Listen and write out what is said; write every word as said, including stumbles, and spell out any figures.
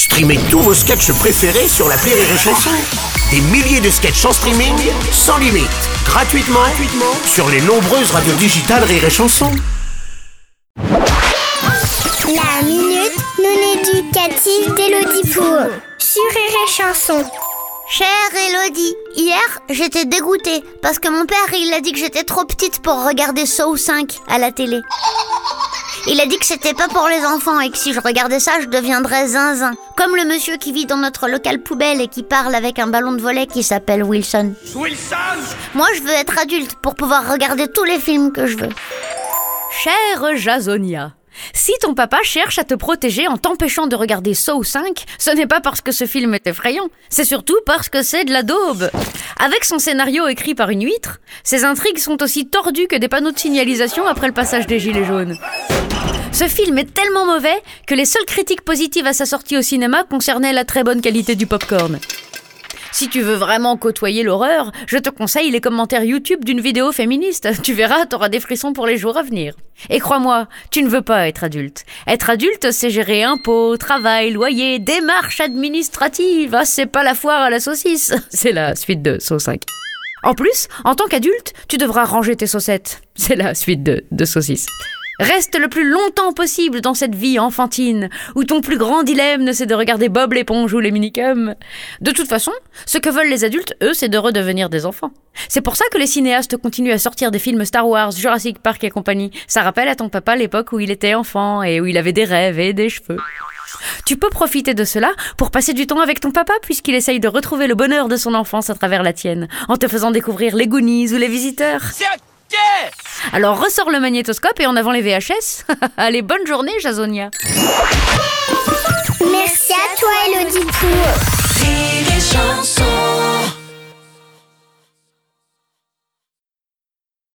Streamez tous vos sketchs préférés sur l'appli Rire et Chanson. Des milliers de sketchs en streaming, sans limite, gratuitement, gratuitement sur les nombreuses radios digitales Rire et Chanson. La minute non éducative d'Élodie Pour sur Rire et Chanson. Chère Élodie, hier j'étais dégoûtée parce que mon père il a dit que j'étais trop petite pour regarder Saw cinq à la télé. Il a dit que c'était pas pour les enfants et que si je regardais ça je deviendrais zinzin. Comme le monsieur qui vit dans notre local poubelle et qui parle avec un ballon de volley qui s'appelle Wilson. Wilson! Moi je veux être adulte pour pouvoir regarder tous les films que je veux. Chère Jasonia, si ton papa cherche à te protéger en t'empêchant de regarder Saw cinq, ce n'est pas parce que ce film est effrayant, c'est surtout parce que c'est de la daube. Avec son scénario écrit par une huître, ses intrigues sont aussi tordues que des panneaux de signalisation après le passage des gilets jaunes. Ce film est tellement mauvais que les seules critiques positives à sa sortie au cinéma concernaient la très bonne qualité du popcorn. Si tu veux vraiment côtoyer l'horreur, je te conseille les commentaires YouTube d'une vidéo féministe. Tu verras, t'auras des frissons pour les jours à venir. Et crois-moi, tu ne veux pas être adulte. Être adulte, c'est gérer impôts, travail, loyer, démarches administratives. Ah, c'est pas la foire à la saucisse. C'est la suite de Saw cinq. En plus, en tant qu'adulte, tu devras ranger tes saucettes. C'est la suite de, de Saucisse. Reste le plus longtemps possible dans cette vie enfantine, où ton plus grand dilemme, c'est de regarder Bob l'éponge ou les minicums. De toute façon, ce que veulent les adultes, eux, c'est de redevenir des enfants. C'est pour ça que les cinéastes continuent à sortir des films Star Wars, Jurassic Park et compagnie. Ça rappelle à ton papa l'époque où il était enfant et où il avait des rêves et des cheveux. Tu peux profiter de cela pour passer du temps avec ton papa puisqu'il essaye de retrouver le bonheur de son enfance à travers la tienne, en te faisant découvrir les Goonies ou les Visiteurs. C'est ok! Alors ressors le magnétoscope et en avant les V H S. Allez, bonne journée, Jasonia. Merci à toi, Élodie Pour. Rire et Chanson.